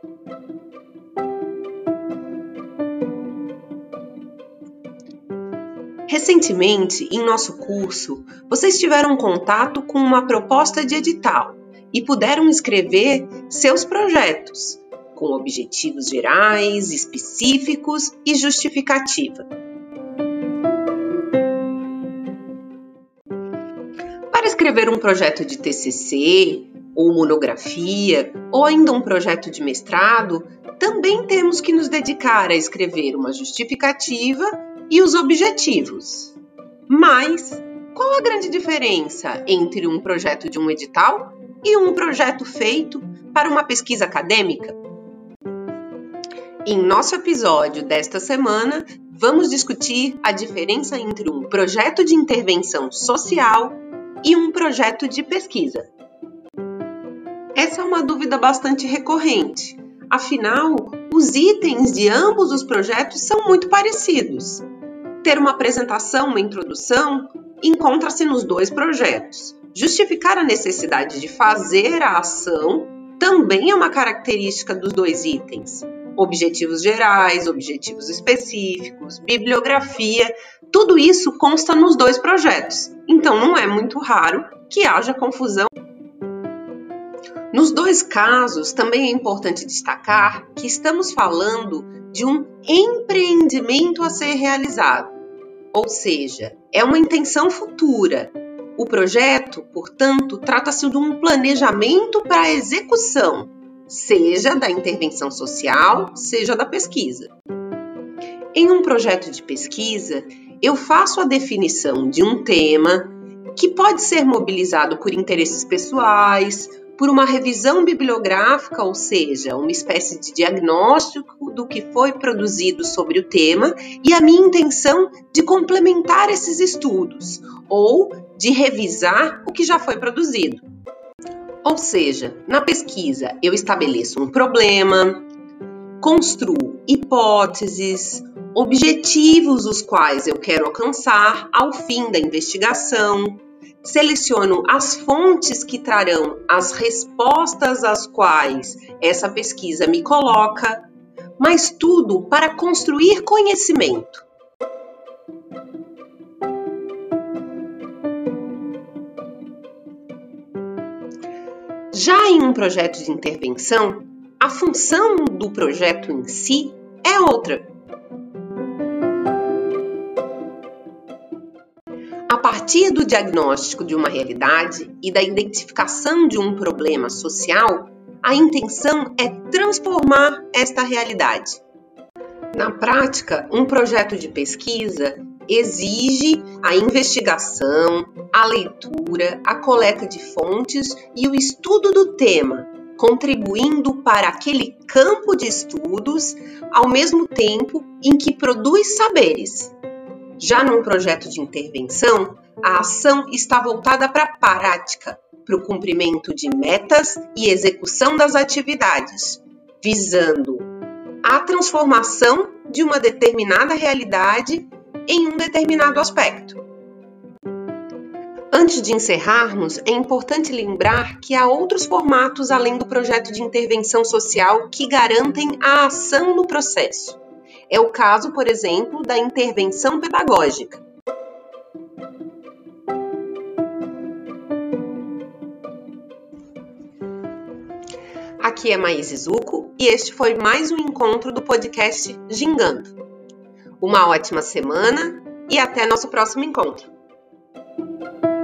Recentemente, em nosso curso, vocês tiveram contato com uma proposta de edital e puderam escrever seus projetos, com objetivos gerais, específicos e justificativa. Para escrever um projeto de TCC, ou monografia, ou ainda um projeto de mestrado, também temos que nos dedicar a escrever uma justificativa e os objetivos. Mas qual a grande diferença entre um projeto de um edital e um projeto feito para uma pesquisa acadêmica? Em nosso episódio desta semana, vamos discutir a diferença entre um projeto de intervenção social e um projeto de pesquisa. Essa é uma dúvida bastante recorrente. Afinal, os itens de ambos os projetos são muito parecidos. Ter uma apresentação, uma introdução, encontra-se nos dois projetos. Justificar a necessidade de fazer a ação também é uma característica dos dois itens. Objetivos gerais, objetivos específicos, bibliografia, tudo isso consta nos dois projetos. Então, não é muito raro que haja confusão. Nos dois casos, também é importante destacar que estamos falando de um empreendimento a ser realizado, ou seja, é uma intenção futura. O projeto, portanto, trata-se de um planejamento para a execução, seja da intervenção social, seja da pesquisa. Em um projeto de pesquisa, eu faço a definição de um tema que pode ser mobilizado por interesses pessoais, por uma revisão bibliográfica, ou seja, uma espécie de diagnóstico do que foi produzido sobre o tema e a minha intenção de complementar esses estudos ou de revisar o que já foi produzido. Ou seja, na pesquisa eu estabeleço um problema, construo hipóteses, objetivos os quais eu quero alcançar ao fim da investigação, seleciono as fontes que trarão as respostas às quais essa pesquisa me coloca, mas tudo para construir conhecimento. Já em um projeto de intervenção, a função do projeto em si é outra. A partir do diagnóstico de uma realidade e da identificação de um problema social, a intenção é transformar esta realidade. Na prática, um projeto de pesquisa exige a investigação, a leitura, a coleta de fontes e o estudo do tema, contribuindo para aquele campo de estudos ao mesmo tempo em que produz saberes. Já num projeto de intervenção, a ação está voltada para a prática, para o cumprimento de metas e execução das atividades, visando a transformação de uma determinada realidade em um determinado aspecto. Antes de encerrarmos, é importante lembrar que há outros formatos além do projeto de intervenção social que garantem a ação no processo. É o caso, por exemplo, da intervenção pedagógica. Aqui é Maíse Zucco e este foi mais um encontro do podcast Gingando. Uma ótima semana e até nosso próximo encontro.